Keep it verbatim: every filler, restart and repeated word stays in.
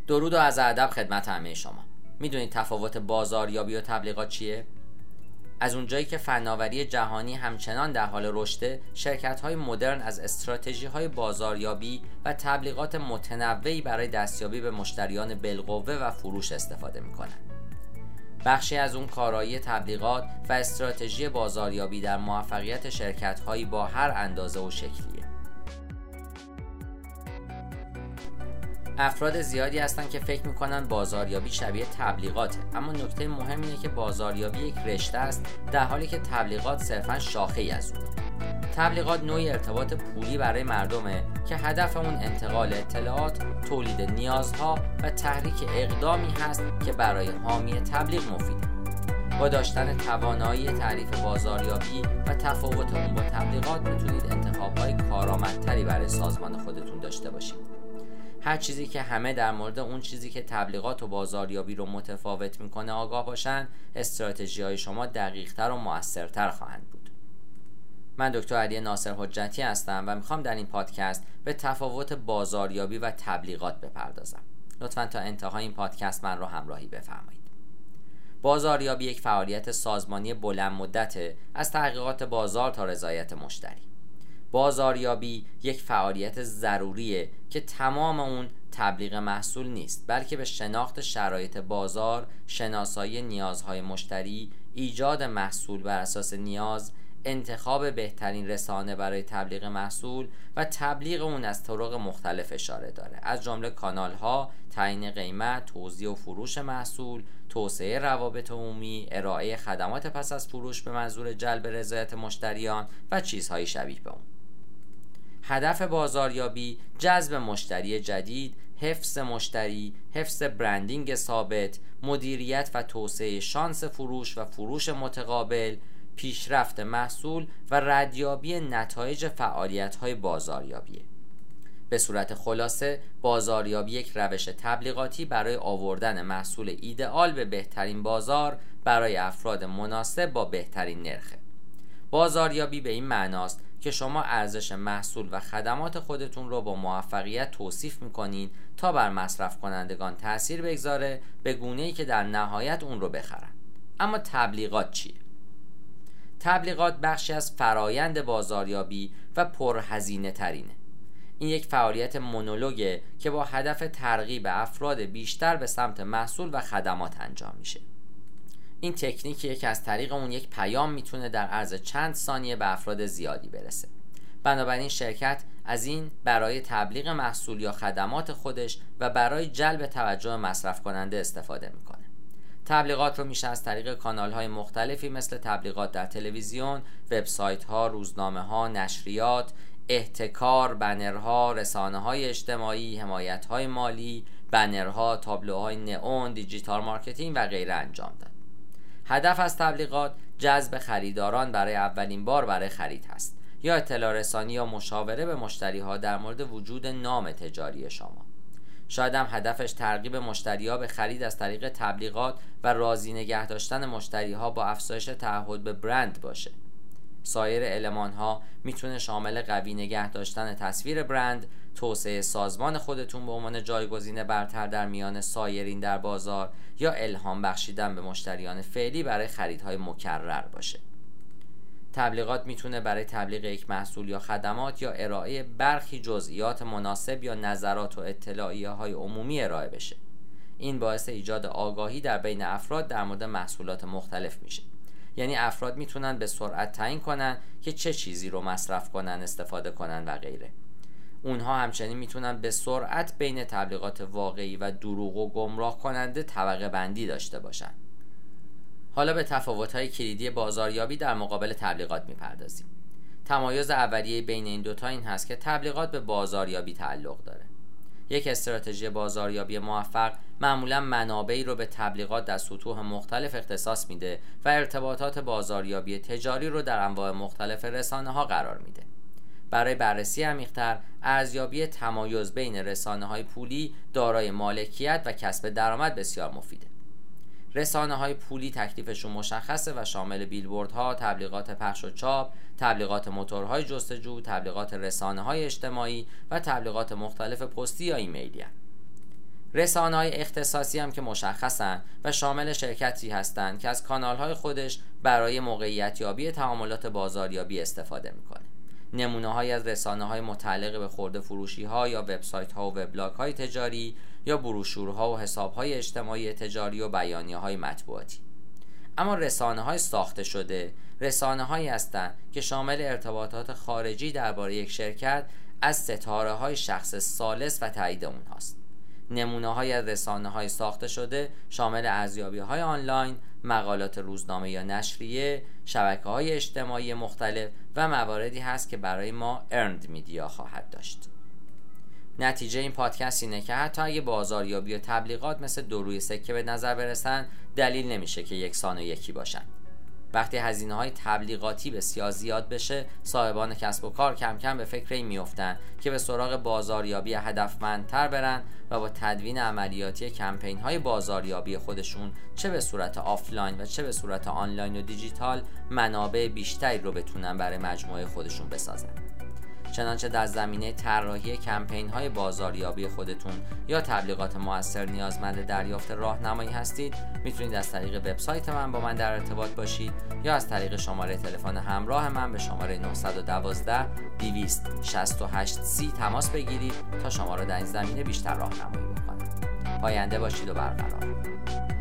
درود و عرض ادب خدمت همه شما. میدونید تفاوت بازاریابی و تبلیغات چیه؟ از اونجایی که فناوری جهانی همچنان در حال رشده، شرکت‌های مدرن از استراتژی‌های بازاریابی و تبلیغات متنوعی برای دستیابی به مشتریان بالقوه و فروش استفاده می‌کنند. بخشی از اون کارایی تبلیغات و استراتژی بازاریابی در موفقیت شرکت‌هایی با هر اندازه و شکلیه. افراد زیادی هستن که فکر میکنن بازاریابی شبیه تبلیغاته، اما نکته مهم اینه که بازاریابی یک رشته است، در حالی که تبلیغات صرفاً شاخه‌ای از اونه. تبلیغات نوعی ارتباط پولی برای مردمه که هدف اون انتقال اطلاعات، تولید نیازها و تحریک اقدامی هست که برای حامی تبلیغ مفیده. با داشتن توانایی تعریف بازاریابی و تفاوت اون با تبلیغات میتونید انتخاب‌های کارآمدتری برای سازمان خودتون داشته باشید. هر چیزی که همه در مورد اون چیزی که تبلیغات و بازاریابی رو متفاوت میکنه آگاه باشن، استراتژی‌های شما دقیق‌تر و مؤثرتر خواهند بود. من دکتر علی ناصر حجتی هستم و میخوام در این پادکست به تفاوت بازاریابی و تبلیغات بپردازم. لطفاً تا انتهای این پادکست من رو همراهی بفرمایید. بازاریابی یک فعالیت سازمانی بلند مدته، از تحقیقات بازار تا رضایت مشتری. بازاریابی یک فعالیت ضروریه که تمام اون تبلیغ محصول نیست، بلکه به شناخت شرایط بازار، شناسایی نیازهای مشتری، ایجاد محصول بر اساس نیاز، انتخاب بهترین رسانه برای تبلیغ محصول و تبلیغ اون از طرق مختلف اشاره داره، از جمله کانال‌ها، تعیین قیمت، توزیع و فروش محصول، توسعه روابط عمومی، ارائه خدمات پس از فروش به منظور جلب رضایت مشتریان و چیزهای شبیه به اون. هدف بازاریابی جذب مشتری جدید، حفظ مشتری، حفظ برندینگ ثابت، مدیریت و توسعه شانس فروش و فروش متقابل، پیشرفت محصول و ردیابی نتایج فعالیت‌های بازاریابیه. به صورت خلاصه، بازاریابی یک روش تبلیغاتی برای آوردن محصول ایدئال به بهترین بازار برای افراد مناسب با بهترین نرخه. بازاریابی به این معناست که شما ارزش محصول و خدمات خودتون رو با موفقیت توصیف میکنین تا بر مصرف کنندگان تأثیر بگذاره، به گونه‌ای که در نهایت اون رو بخرن. اما تبلیغات چیه؟ تبلیغات بخشی از فرایند بازاریابی و پرهزینه ترینه. این یک فعالیت مونولوگه که با هدف ترغیب افراد بیشتر به سمت محصول و خدمات انجام میشه. این تکنیکیه که از طریق اون یک پیام میتونه در عرض چند ثانیه به افراد زیادی برسه. بنابراین شرکت از این برای تبلیغ محصول یا خدمات خودش و برای جلب توجه مصرف کننده استفاده میکنه. تبلیغات رو میشه از طریق کانال‌های مختلفی مثل تبلیغات در تلویزیون، وبسایت‌ها، روزنامه‌ها، نشریات، احتکار، بنرها، رسانه‌های اجتماعی، حمایت‌های مالی، بنرها، تابلوهای نئون، دیجیتال مارکتینگ و غیره انجام داد. هدف از تبلیغات جذب خریداران برای اولین بار برای خرید هست، یا اطلاع رسانی یا مشاوره به مشتری‌ها در مورد وجود نام تجاری شما. شاید هم هدفش ترغیب مشتری‌ها به خرید از طریق تبلیغات و راضی نگه داشتن مشتری‌ها با افزایش تعهد به برند باشه. سایر المان‌ها میتونه شامل قوی نگه داشتن تصویر برند، توسعه سازمان خودتون به عنوان جایگزین برتر در میان سایرین در بازار، یا الهام بخشیدن به مشتریان فعلی برای خریدهای مکرر باشه. تبلیغات میتونه برای تبلیغ یک محصول یا خدمات یا ارائه برخی جزئیات مناسب یا نظرات و اطلاعیه‌های عمومی ارائه بشه. این باعث ایجاد آگاهی در بین افراد در مورد محصولات مختلف میشه. یعنی افراد میتونن به سرعت تعیین کنن که چه چیزی رو مصرف کنن، استفاده کنن و غیره. اونها همچنین میتونن به سرعت بین تبلیغات واقعی و دروغ و گمراه کننده طبقه بندی داشته باشن. حالا به تفاوت‌های کلیدی بازاریابی در مقابل تبلیغات میپردازیم. تمایز اولیه بین این دوتا این هست که تبلیغات به بازاریابی تعلق داره. یک استراتژی بازاریابی موفق معمولا منابعی رو به تبلیغات در سطوح مختلف اختصاص میده و ارتباطات بازاریابی تجاری رو در انواع مختلف رسانه‌ها قرار میده. برای بررسی عمیق‌تر، ارزیابی تمایز بین رسانه‌های پولی دارای مالکیت و کسب درآمد بسیار مفیده. رسانه‌های پولی تکلیفشون مشخصه و شامل بیلبوردها، تبلیغات پخش و چاپ، تبلیغات موتورهای جستجو، تبلیغات رسانه‌های اجتماعی و تبلیغات مختلف پستی یا ایمیلی هستند. رسانه‌های اختصاصی هم که مشخصن و شامل شرکتی هستند که از کانال‌های خودش برای موقعیت یابی تعاملات بازاریابی استفاده میکنه. نمونه‌هایی از رسانه‌های متعلق به خرده فروشی‌ها یا وبسایت‌ها و وبلاگ‌های تجاری یا بروشورها و حساب‌های اجتماعی تجاری و بیانیه‌های مطبوعاتی. اما رسانه‌های ساخته شده رسانه‌هایی هستند که شامل ارتباطات خارجی درباره یک شرکت از ستاره‌های شخص ثالث و تایید اونهاست. نمونه‌های از رسانه‌های ساخته شده شامل ارزیابی‌های آنلاین، مقالات روزنامه یا نشریه، شبکه‌های اجتماعی مختلف و مواردی هست که برای ما ارند میدیا خواهد داشت. نتیجه این پادکست اینه که حتی اگه بازاریابی و تبلیغات مثل دو روی سکه به نظر برسن، دلیل نمیشه که یکسان و یکی باشن. وقتی هزینه‌های تبلیغاتی بسیار زیاد بشه، صاحبان کسب و کار کم کم به فکر این میافتن که به سراغ بازاریابی هدفمندتر برن و با تدوین عملیاتی کمپین‌های بازاریابی خودشون چه به صورت آفلاین و چه به صورت آنلاین و دیجیتال منابع بیشتری رو بتونن برای مجموعه خودشون بسازن. چنانچه در زمینه طراحی کمپین‌های بازاریابی خودتون یا تبلیغات مؤثر نیازمند دریافت راهنمایی هستید، میتونید از طریق وبسایت من با من در ارتباط باشید یا از طریق شماره تلفن همراه من به شماره نه یک دو دویست شصت و هشت سی تماس بگیرید تا شما را در این زمینه بیشتر راهنمایی بکنم. پاینده باشید و برقرار.